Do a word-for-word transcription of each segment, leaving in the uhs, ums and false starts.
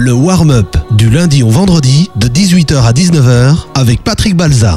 Le warm-up du lundi au vendredi de dix-huit heures à dix-neuf heures avec Patrick Balza.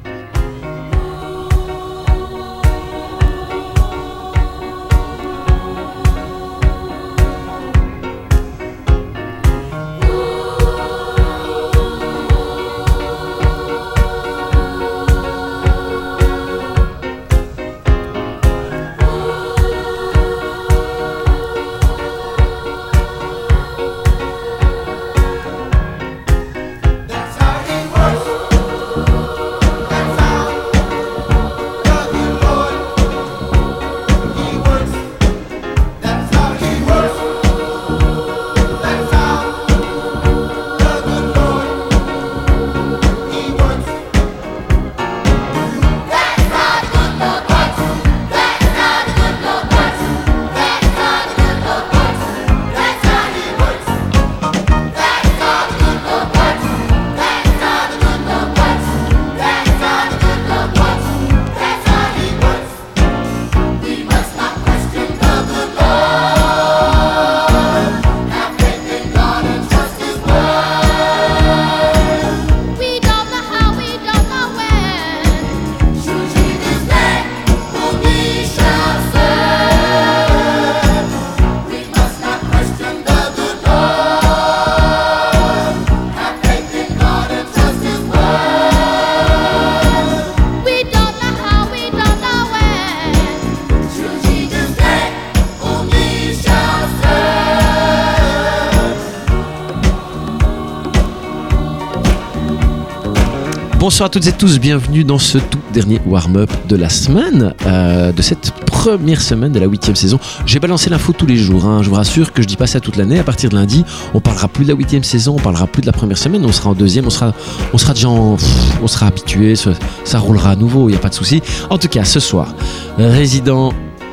Bonsoir à toutes et tous, bienvenue dans ce tout dernier warm-up de la semaine, euh, de cette première semaine de la huitième saison. J'ai balancé l'info tous les jours, hein. Je vous rassure que je dis pas ça toute l'année. À partir de lundi, on parlera plus de la huitième saison, on parlera plus de la première semaine, on sera en deuxième, on sera, on sera déjà en, pff, on sera habitué, ça, ça roulera à nouveau, il n'y a pas de souci. En tout cas, ce soir, résident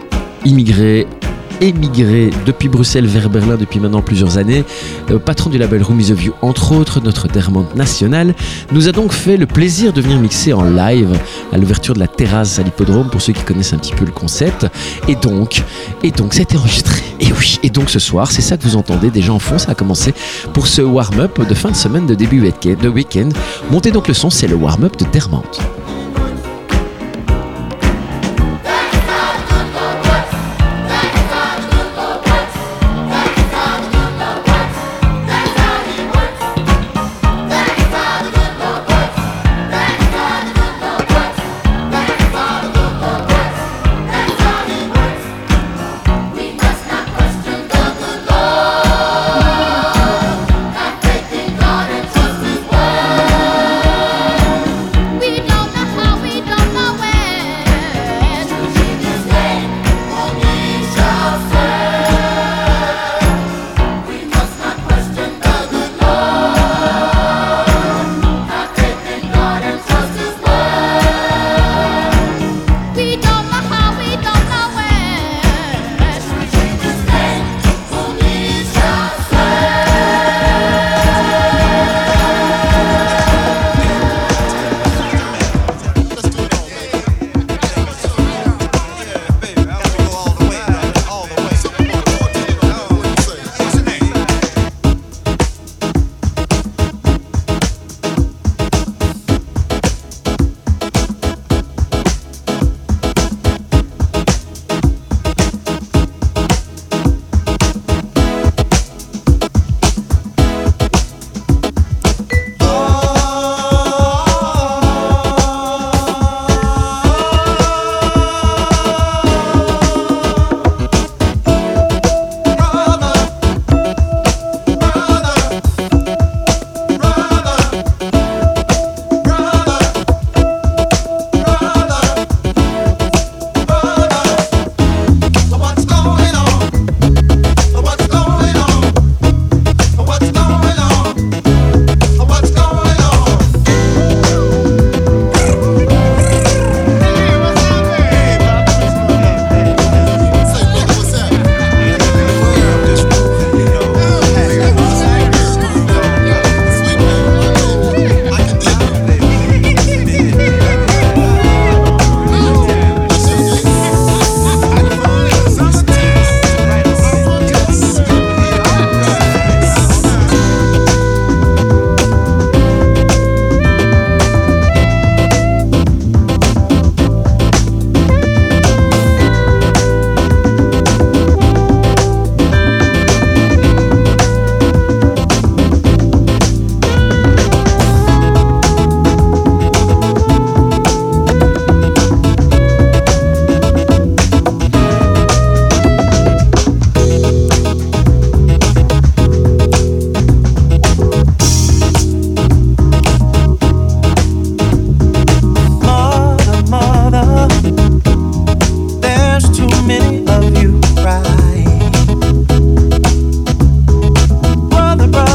immigré, émigré depuis Bruxelles vers Berlin depuis maintenant plusieurs années, euh, patron du label Room is a View, entre autres, notre Dermont national, nous a donc fait le plaisir de venir mixer en live à l'ouverture de la terrasse à l'hippodrome, pour ceux qui connaissent un petit peu le concept. Et donc, et donc, c'était enregistré. Et oui, et donc ce soir, c'est ça que vous entendez déjà en fond, ça a commencé pour ce warm-up de fin de semaine de début de week-end. Montez donc le son, c'est le warm-up de Dermont. We don't know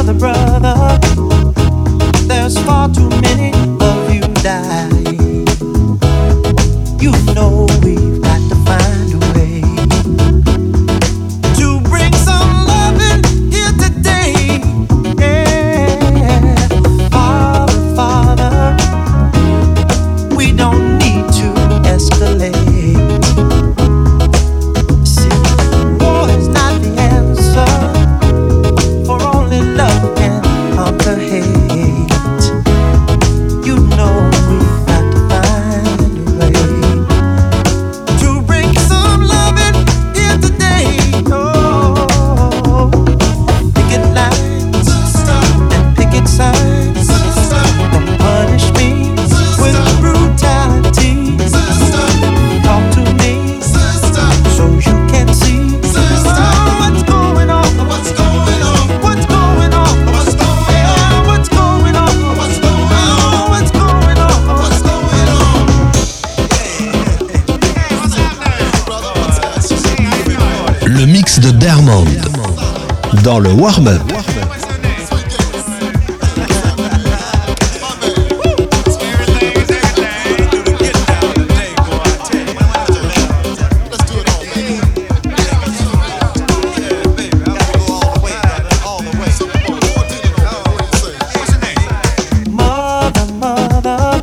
father, brother. There's far too many of you dying. You know we've got to find a way to bring some loving here today. Yeah, Father, Father, we don't need to escalate. See, war is not the answer, for only love can conquer hate. You know we've got to find a way to bring some loving here today. Oh, picket lines and picket signs. Don't punish me with brutality. Talk to me so you can see what's going on. What's going on? What's going on? What's going on? What's going on? What's going on? What's going on? What's going on? Le mix de Dermond dans le warm-up. Mother, mother,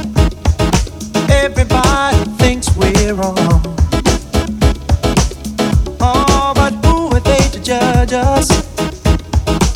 everybody thinks we're wrong. Oh, but who are they to judge us?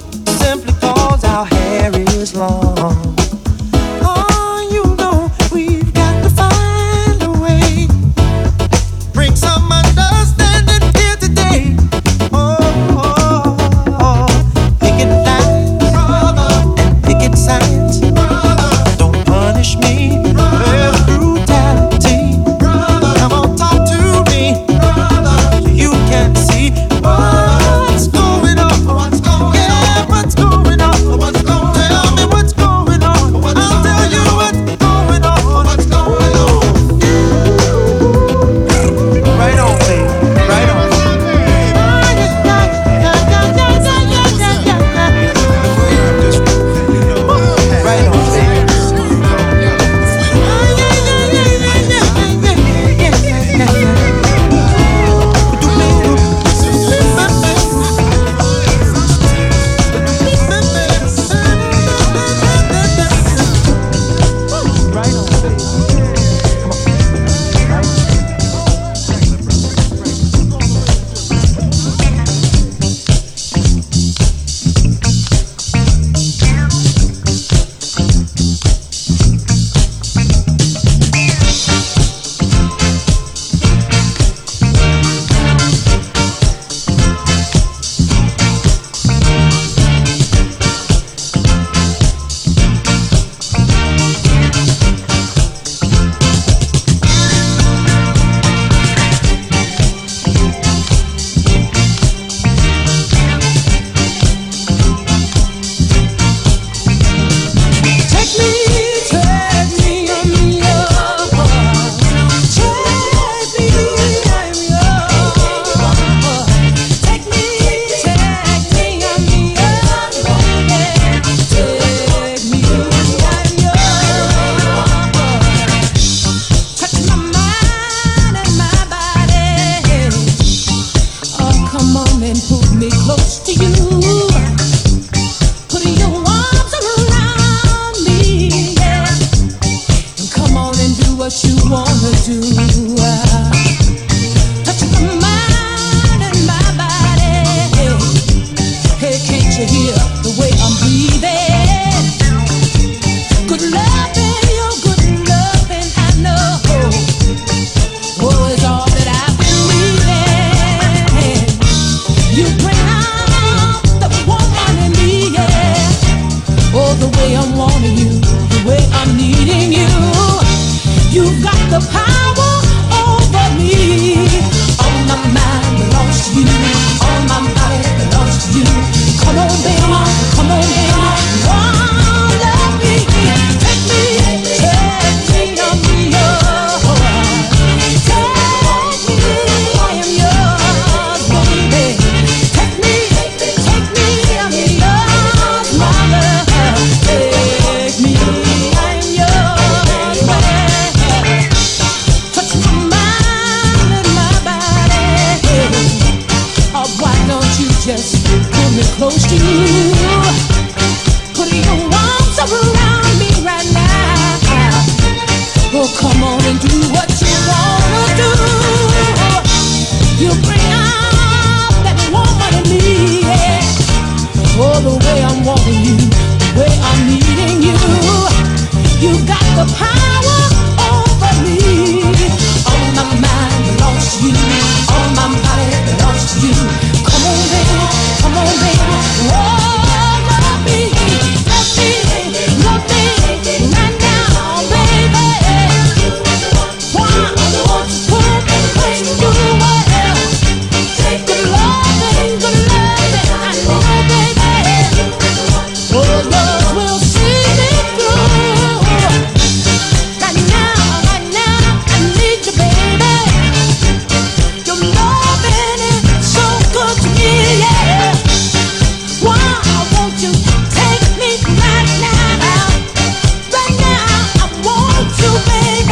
way I'm wanting you, the way I'm needing you. You got the power over me. All my mind belongs to you. All my body belongs to you. Come on, baby. Come on, baby. Oh, love me. Love me. Love me. Right now, baby. Why I want to put push you away. Take the loving, the loving. I know, baby. Oh, love will see me through. Right now, right now, I need you, baby. Your loving is so good to me, yeah. Why won't you take me right now? Right now, I want you, baby.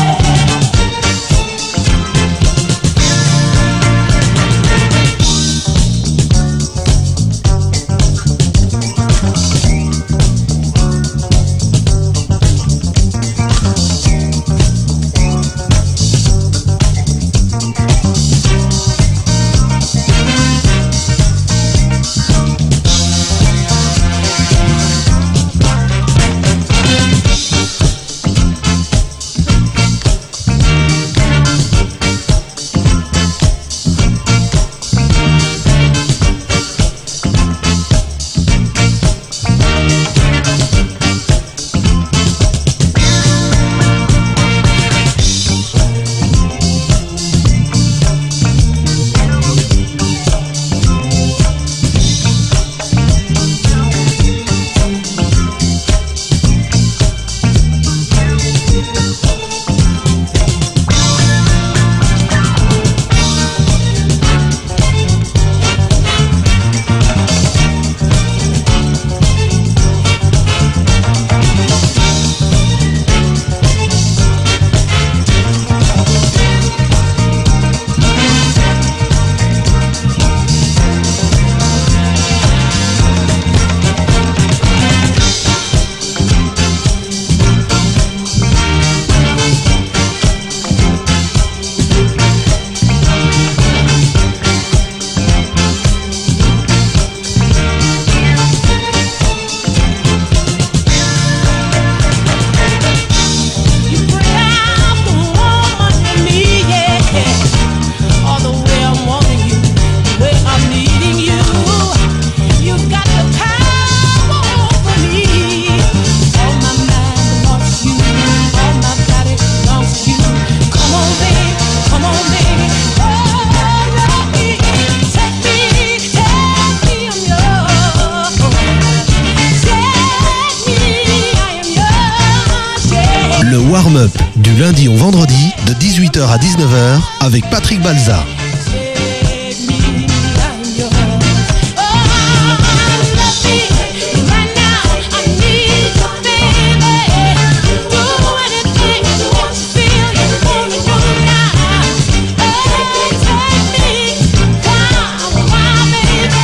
You bring out the woman in me, yeah. All the way I'm wanting you, the way I'm needing you. You got the power over me. All my mind belongs to you. All my body belongs to you. Come on, baby. Come on, baby. Oh, love me. Take me, take me, I'm yours. Take me, I am yours, yeah. Le warm-up du lundi au vendredi de dix-huit heures à dix-neuf heures avec Patrick Balza. Take me, I'm yours. Oh, love me right now. I need you, baby. Do anything that you feel you wanna do now. Oh, take me, why, why, baby?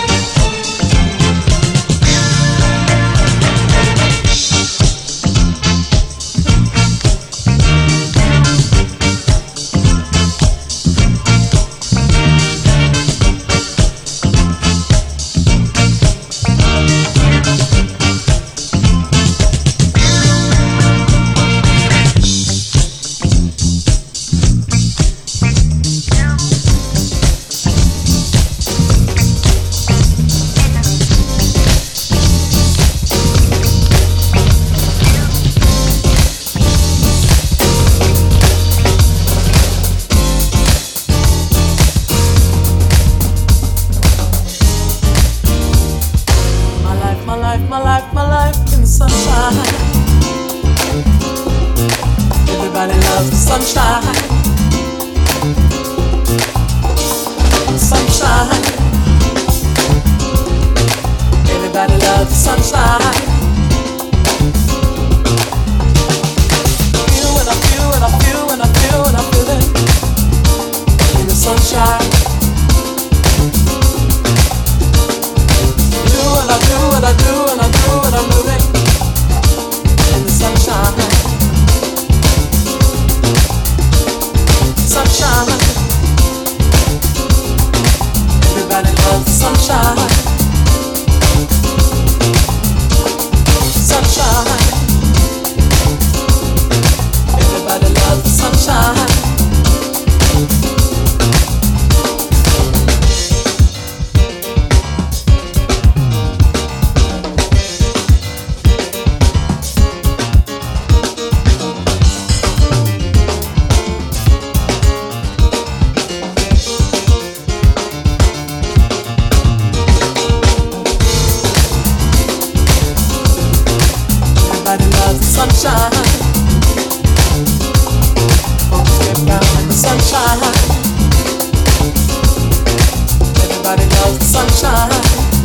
My life, my life, my life, my life in the sunshine. Everybody loves the sunshine. Sunshine. Everybody loves the sunshine. Feel when I feel when I feel when I feel when I feel it in the sunshine. Do what I do, what I do, and I do what I'm moving in the sunshine. Sunshine. Everybody loves the sunshine. sunshine. Get down in the sunshine. Everybody loves the sunshine.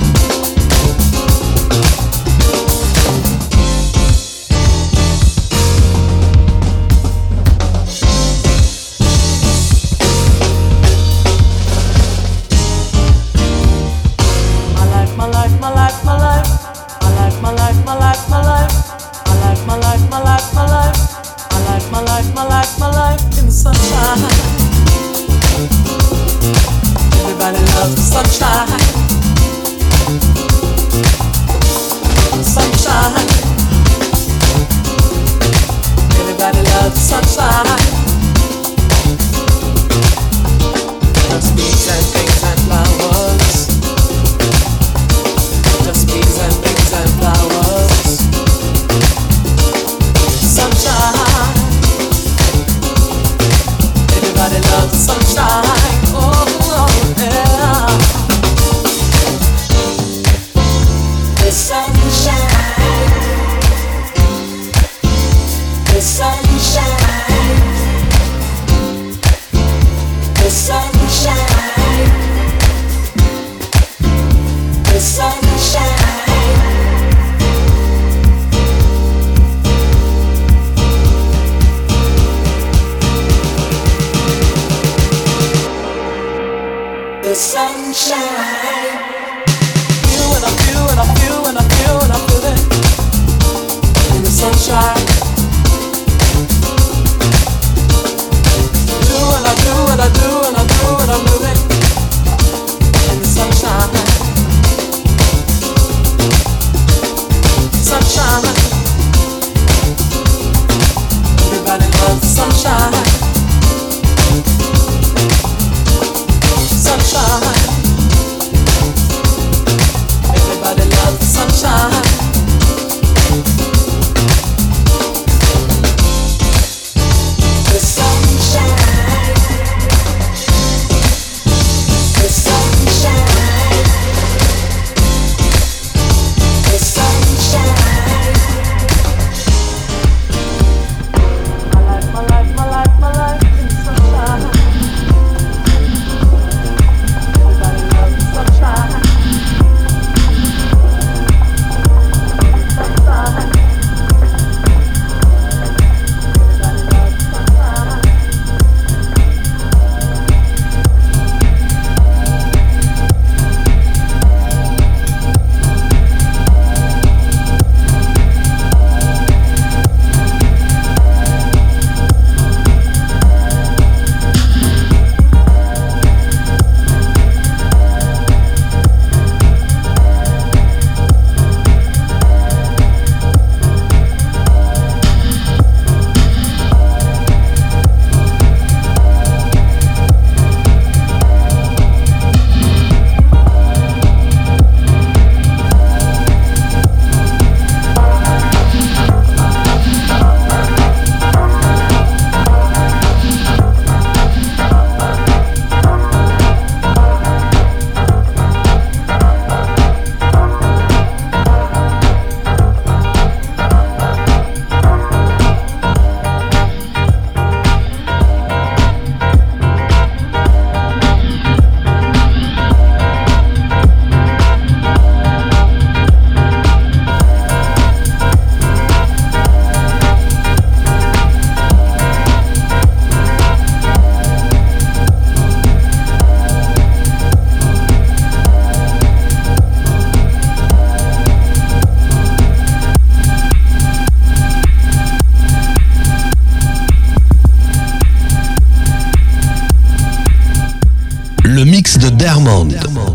de Dermond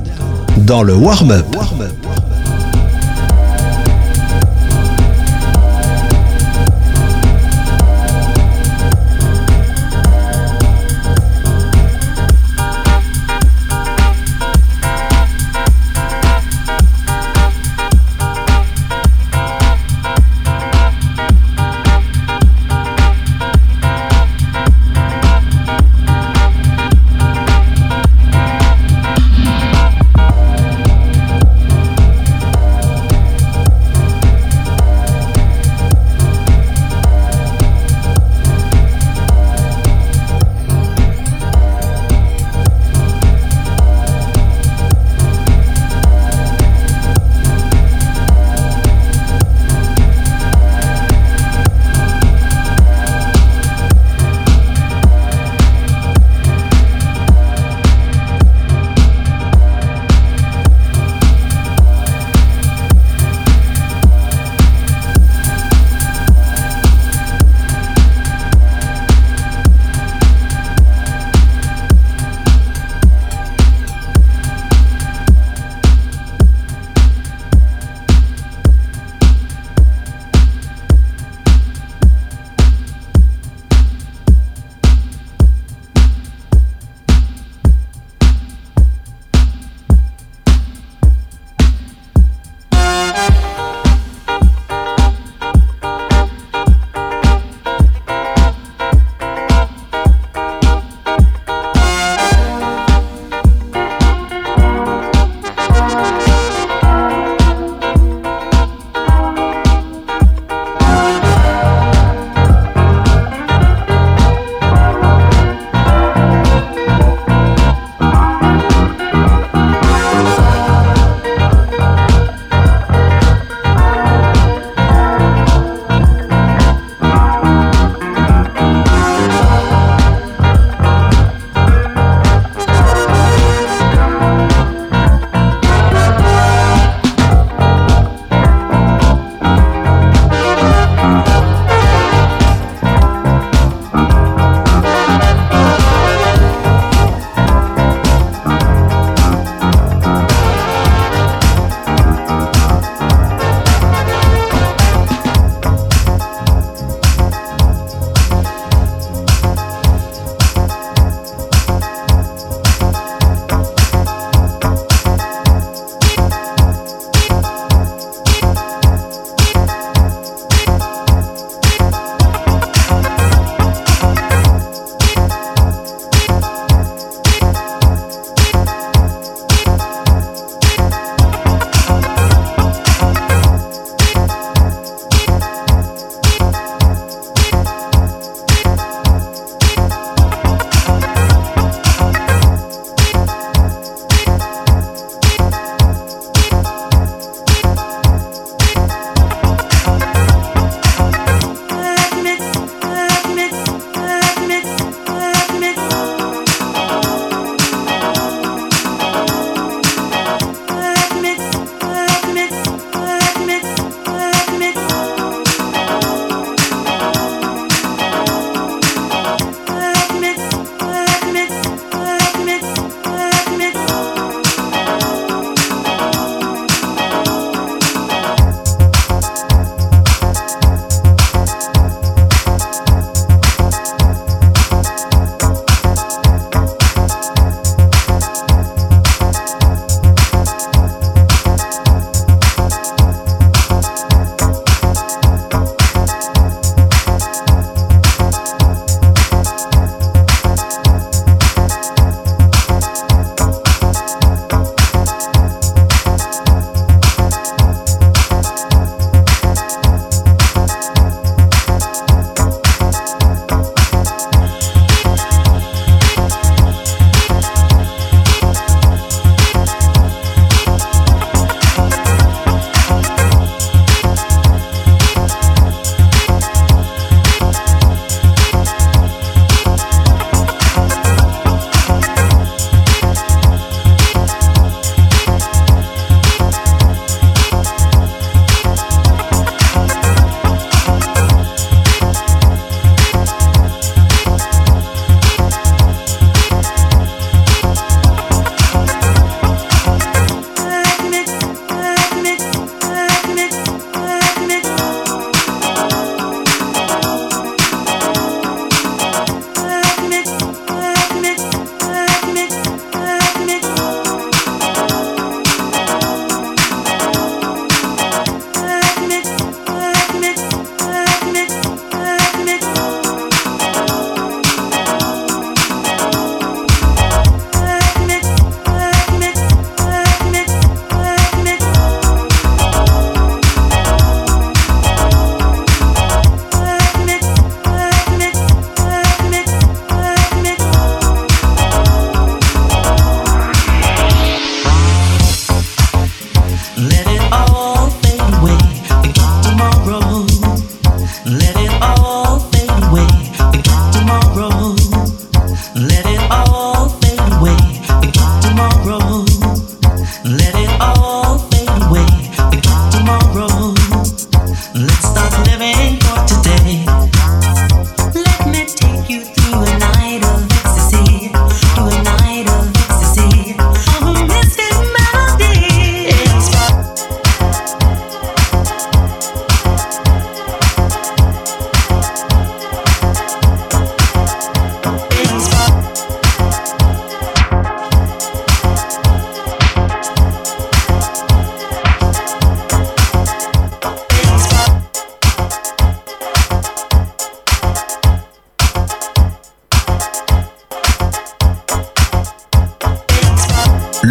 dans le warm-up.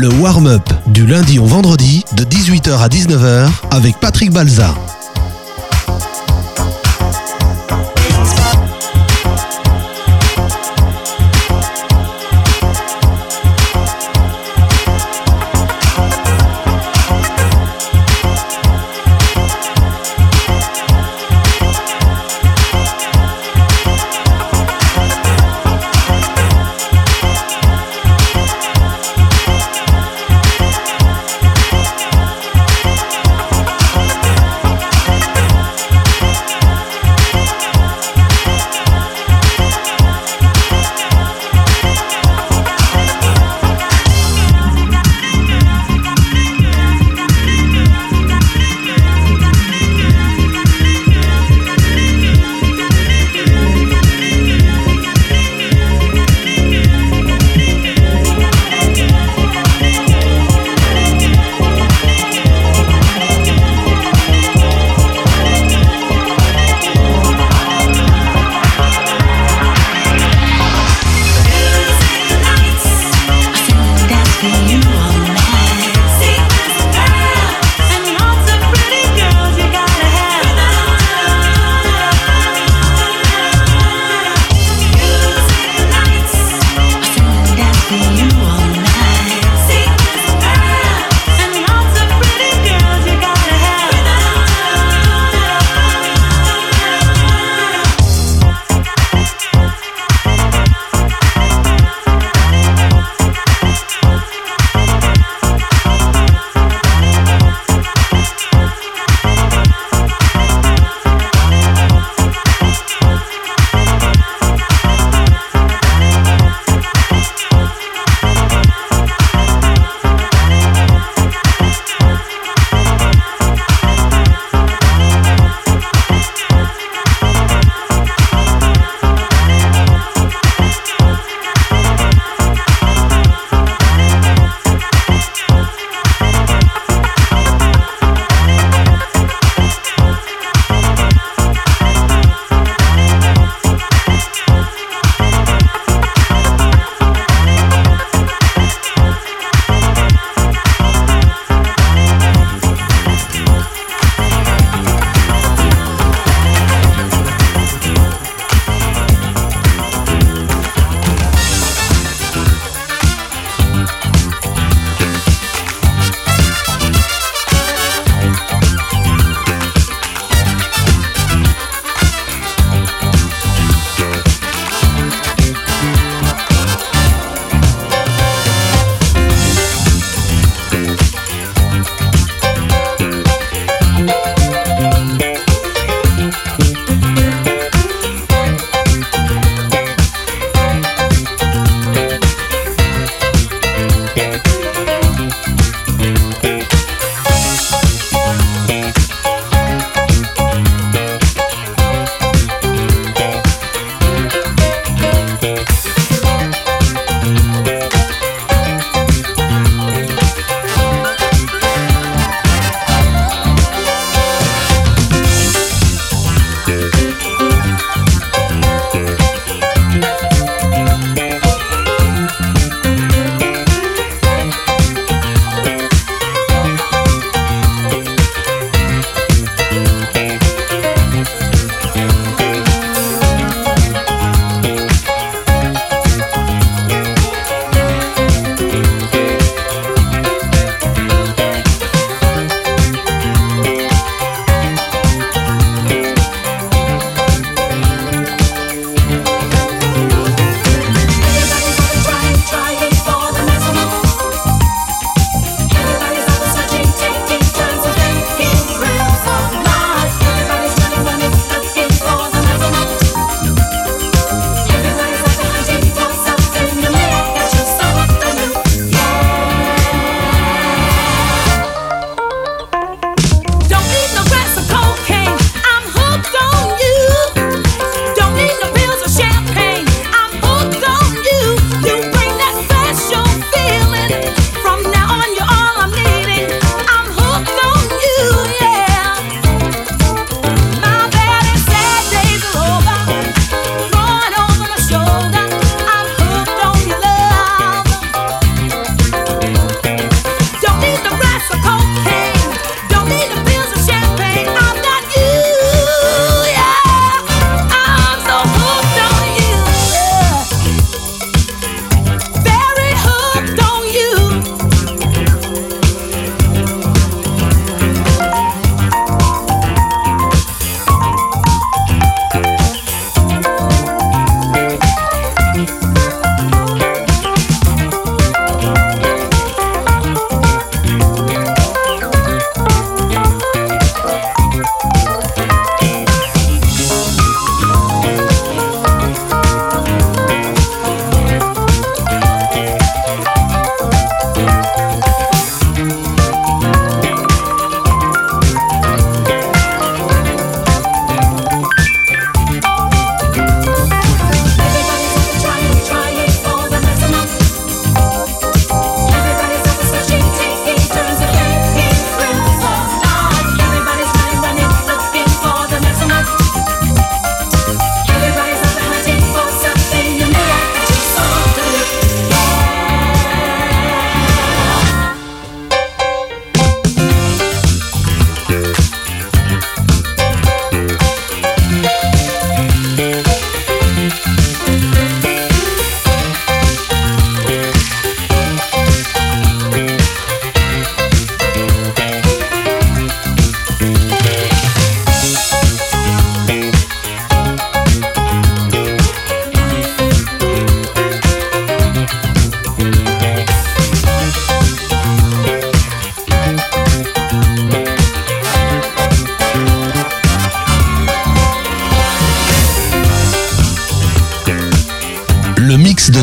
Le warm-up du lundi au vendredi de dix-huit heures à dix-neuf heures avec Patrick Balza.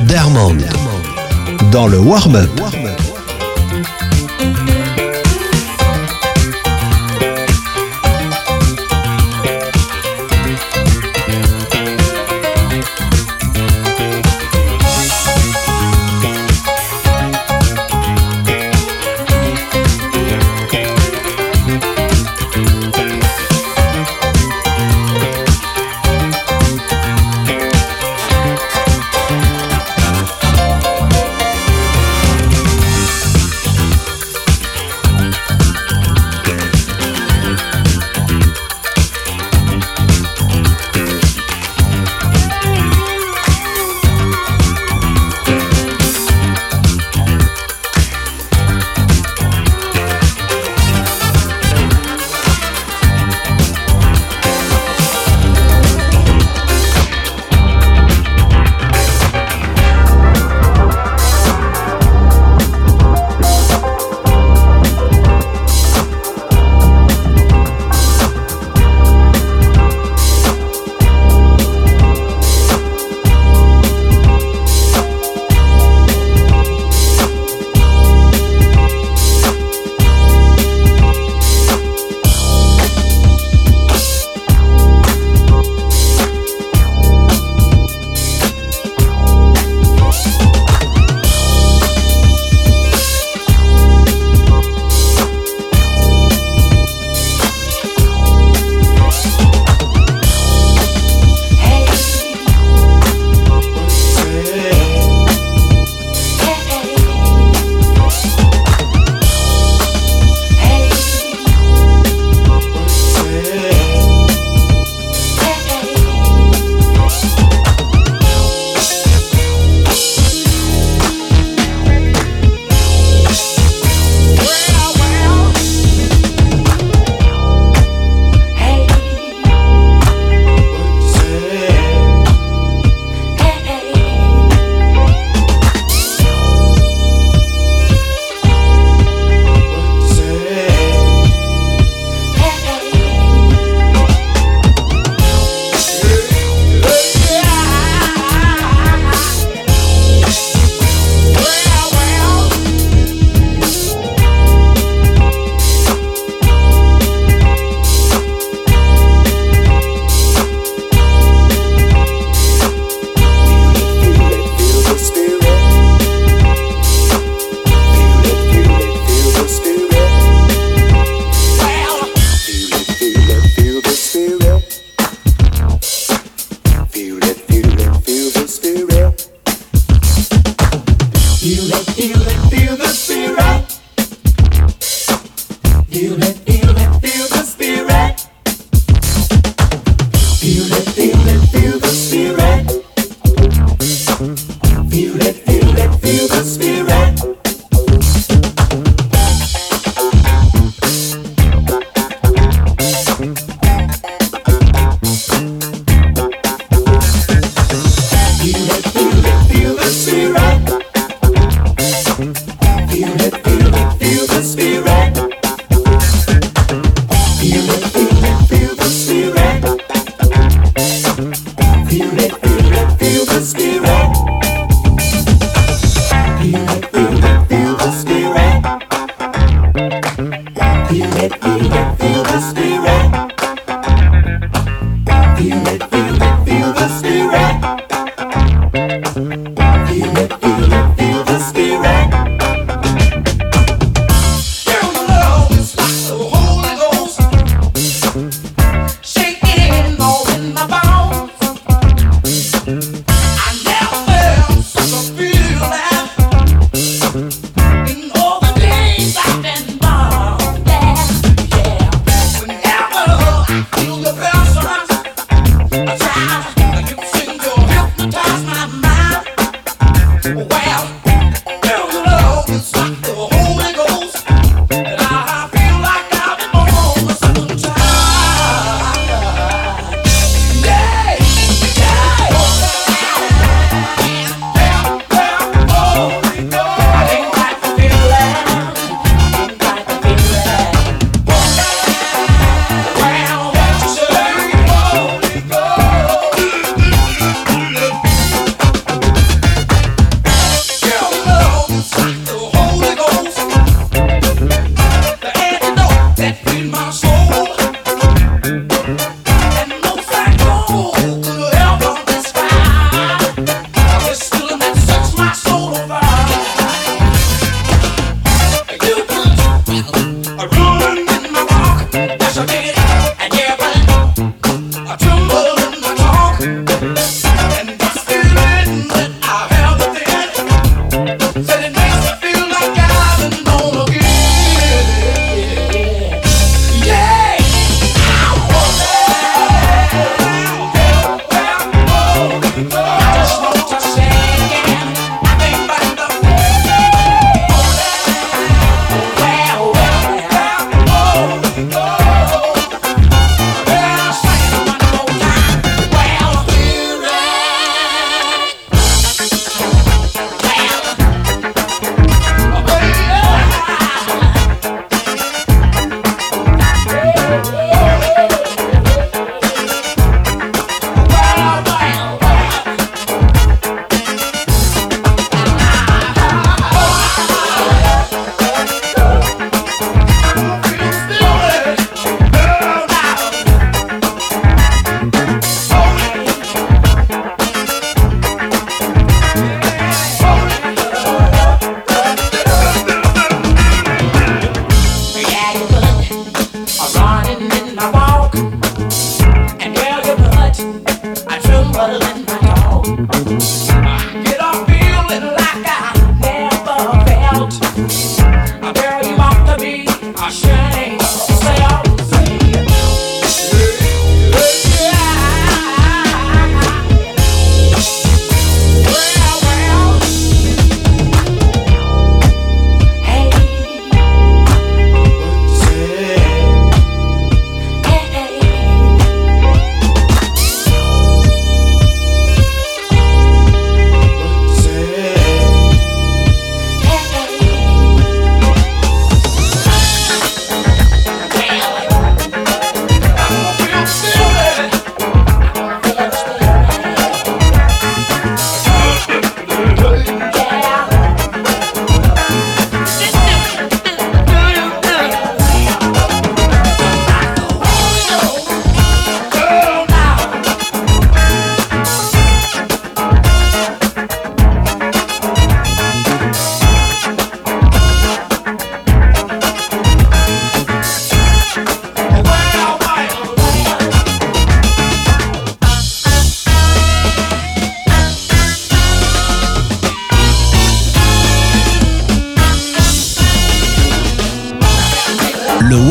Dermond dans le warm-up.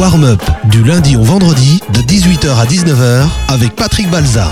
warm-up du lundi au vendredi de dix-huit heures à dix-neuf heures avec Patrick Balza.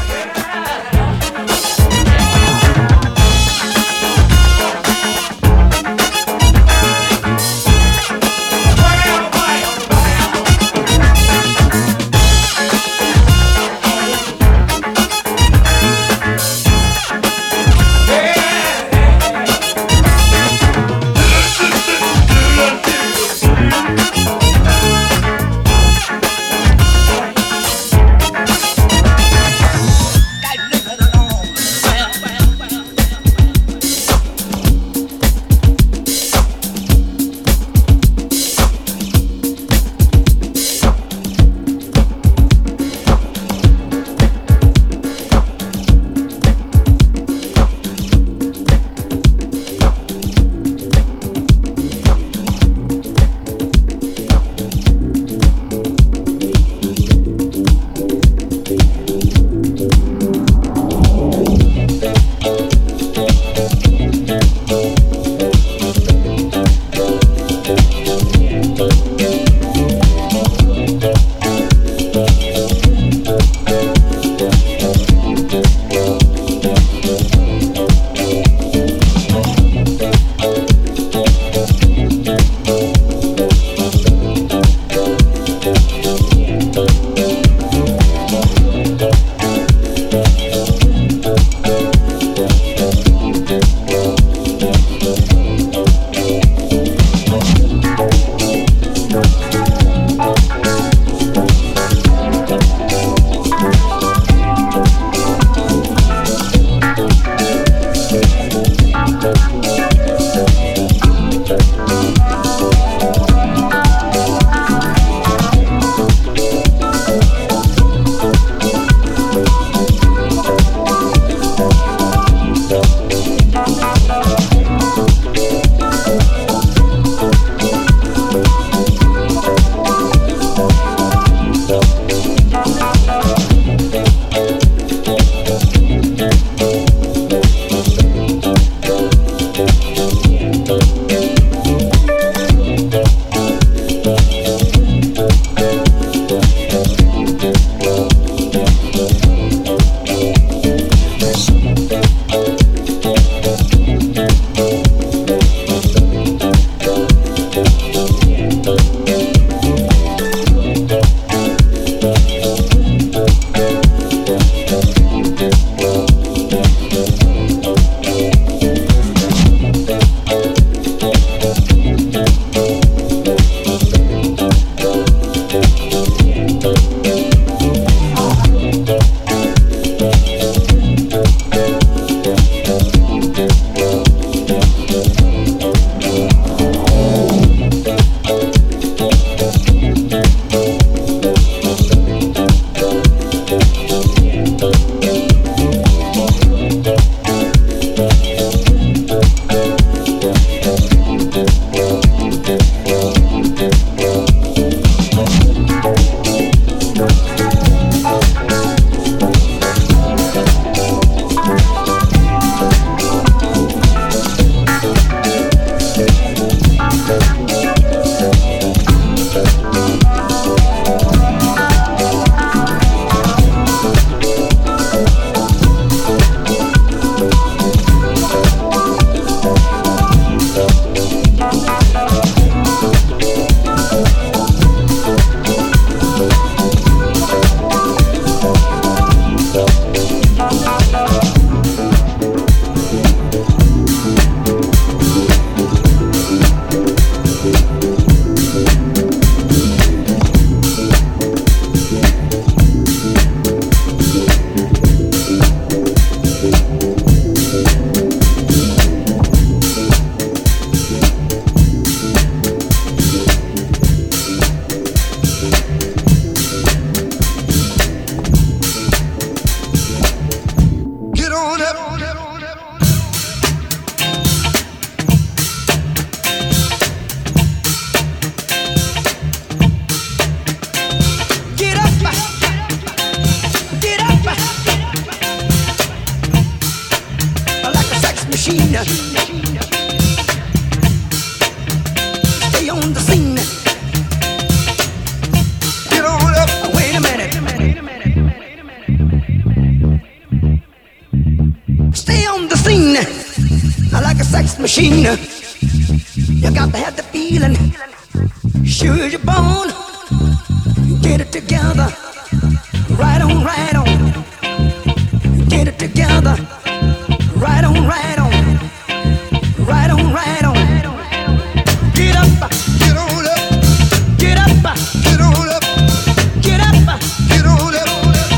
sex machine. You got to have the feeling. Sure as you're born. Get it together. Right on, right on. Get it together. Right on, right on. Right on, right on. Get up. Get on up. Get up. Get on up. Get up. Get on up.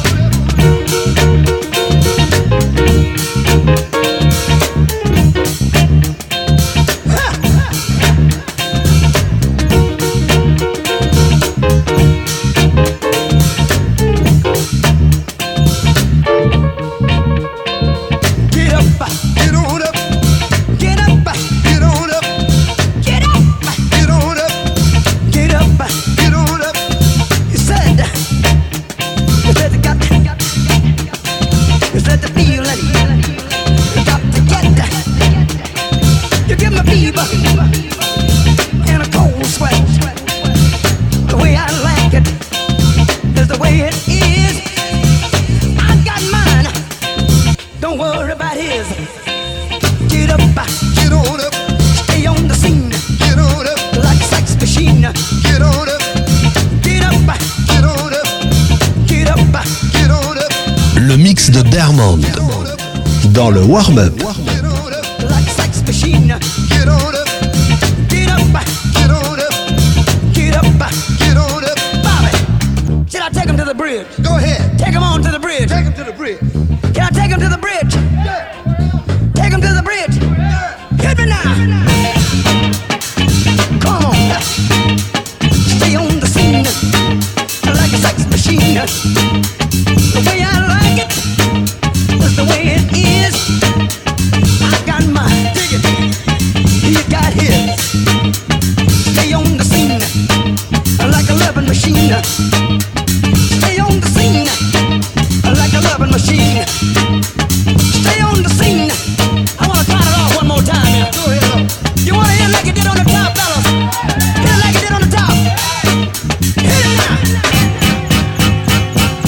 Le mix de Dermond dans le warm-up. Go ahead. Take him on to the bridge. Take him to the bridge. Can I take him to the bridge? Yeah. Take him to the bridge. Yeah. Hit me now. Come on. Stay on the scene like a sex machine. The way I like it is the way it is. I got mine. Dig it. He got his. Stay on the scene like a loving machine. Stay on the scene like a loving machine. Stay on the scene. I wanna count it off one more time here. Go ahead. You wanna hit it like it did on the top, fellas? Hit it like it did on the top. Hit it now.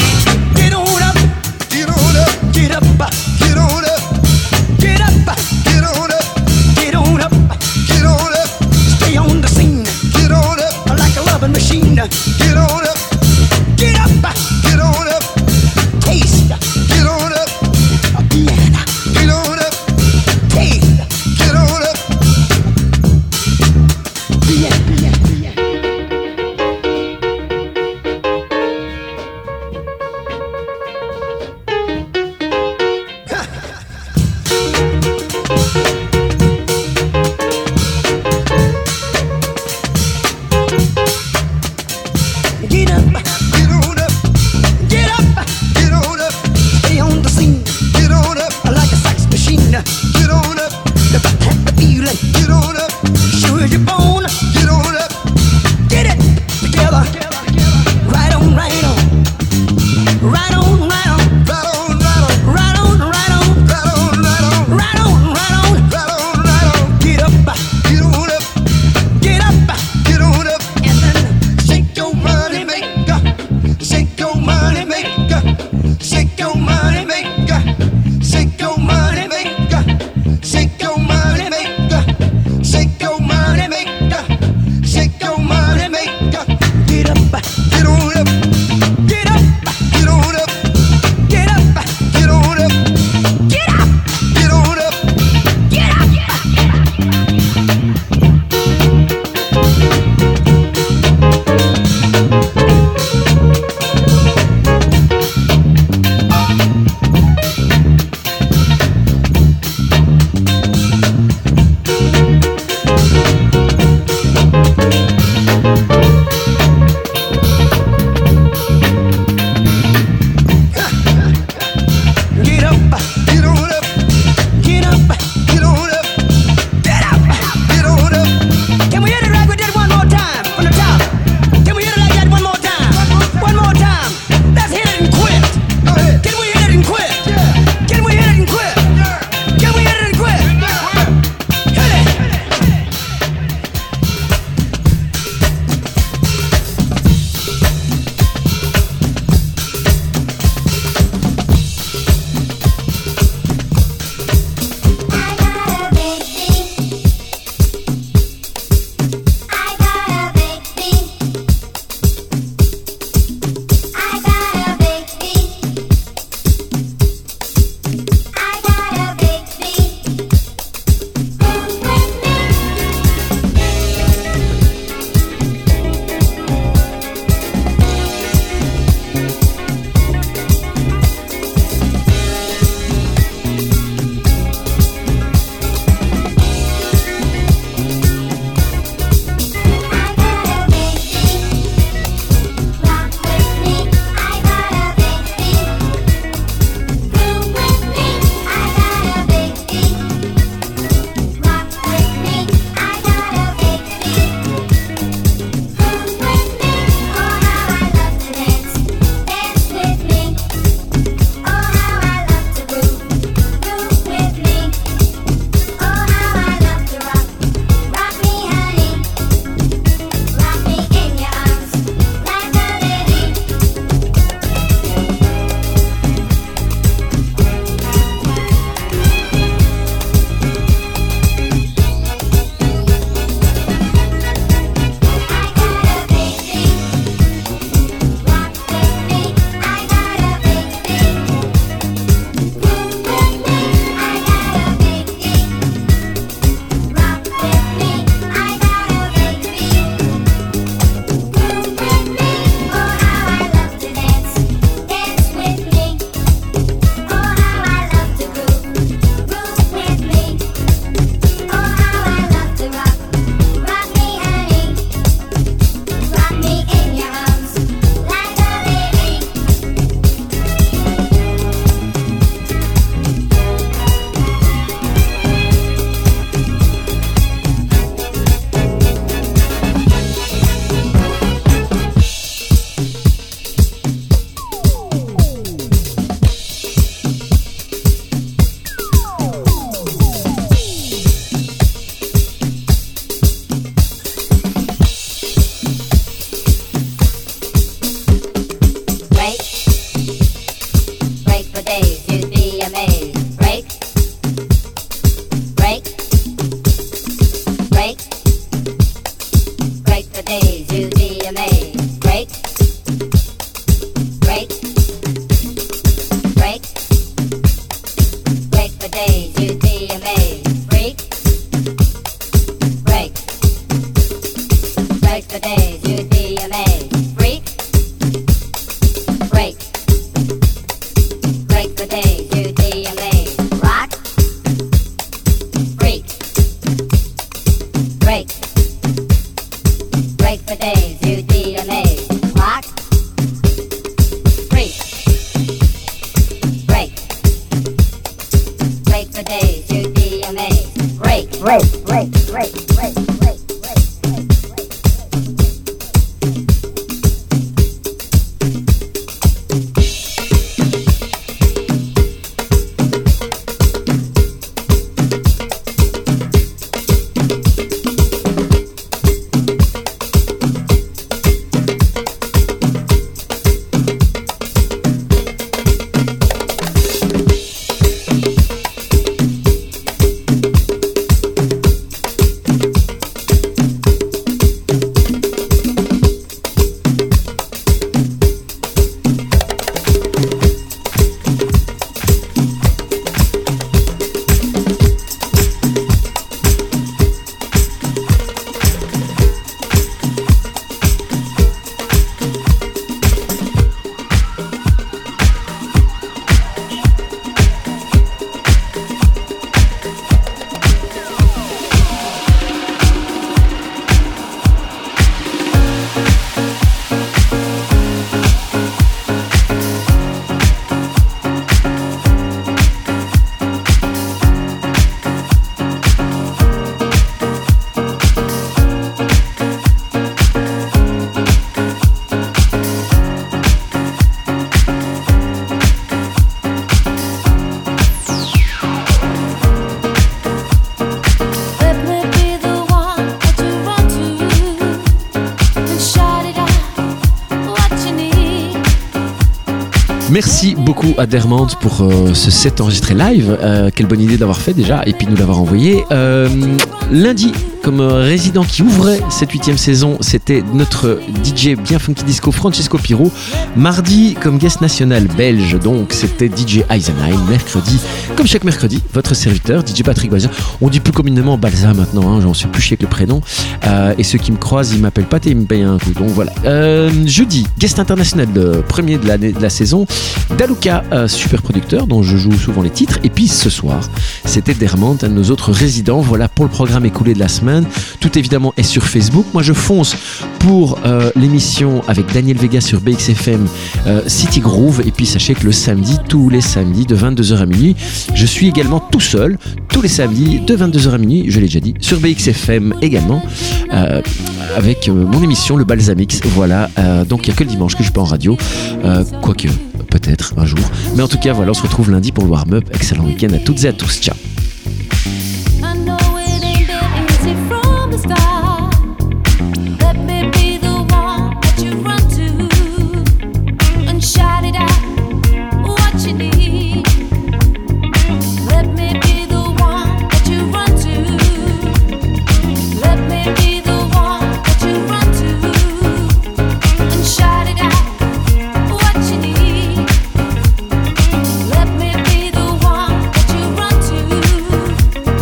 Merci beaucoup à Dermant pour euh, ce set enregistré live. Euh, quelle bonne idée d'avoir fait déjà et puis de nous l'avoir envoyé. Euh, lundi, comme euh, résident qui ouvrait cette huitième saison, c'était notre D J bien funky disco Francesco Piro. Mardi, comme guest national belge, donc c'était D J Eisenheim. Mercredi, comme chaque mercredi, votre serviteur, D J Patrick Balza. On dit plus communément Balza maintenant, hein, j'en suis plus chier avec le prénom. Euh, et ceux qui me croisent, ils m'appellent pas et ils me payent un coup. Donc voilà. Euh, jeudi, guest international, le premier de, l'année, de la saison, Daluka, euh, super producteur dont je joue souvent les titres. Et puis ce soir, c'était Dermant, un de nos autres résidents. Voilà pour le programme écoulé de la semaine. Tout évidemment est sur Facebook. Moi je fonce pour euh, l'émission avec Daniel Vega sur B X F M, euh, City Groove. Et puis sachez que le samedi, tous les samedis de vingt-deux heures à minuit, je suis également tout seul, tous les samedis de vingt-deux heures à minuit, je l'ai déjà dit, sur B X F M également, euh, avec euh, mon émission Le Balsamix. Voilà, euh, donc il n'y a que le dimanche que je suis pas en radio, euh, quoique peut-être un jour. Mais en tout cas, voilà, on se retrouve lundi pour le warm-up. Excellent week-end à toutes et à tous. Ciao.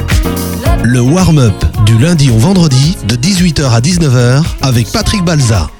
Le warm-up du lundi au vendredi de dix-huit heures à dix-neuf heures avec Patrick Balza.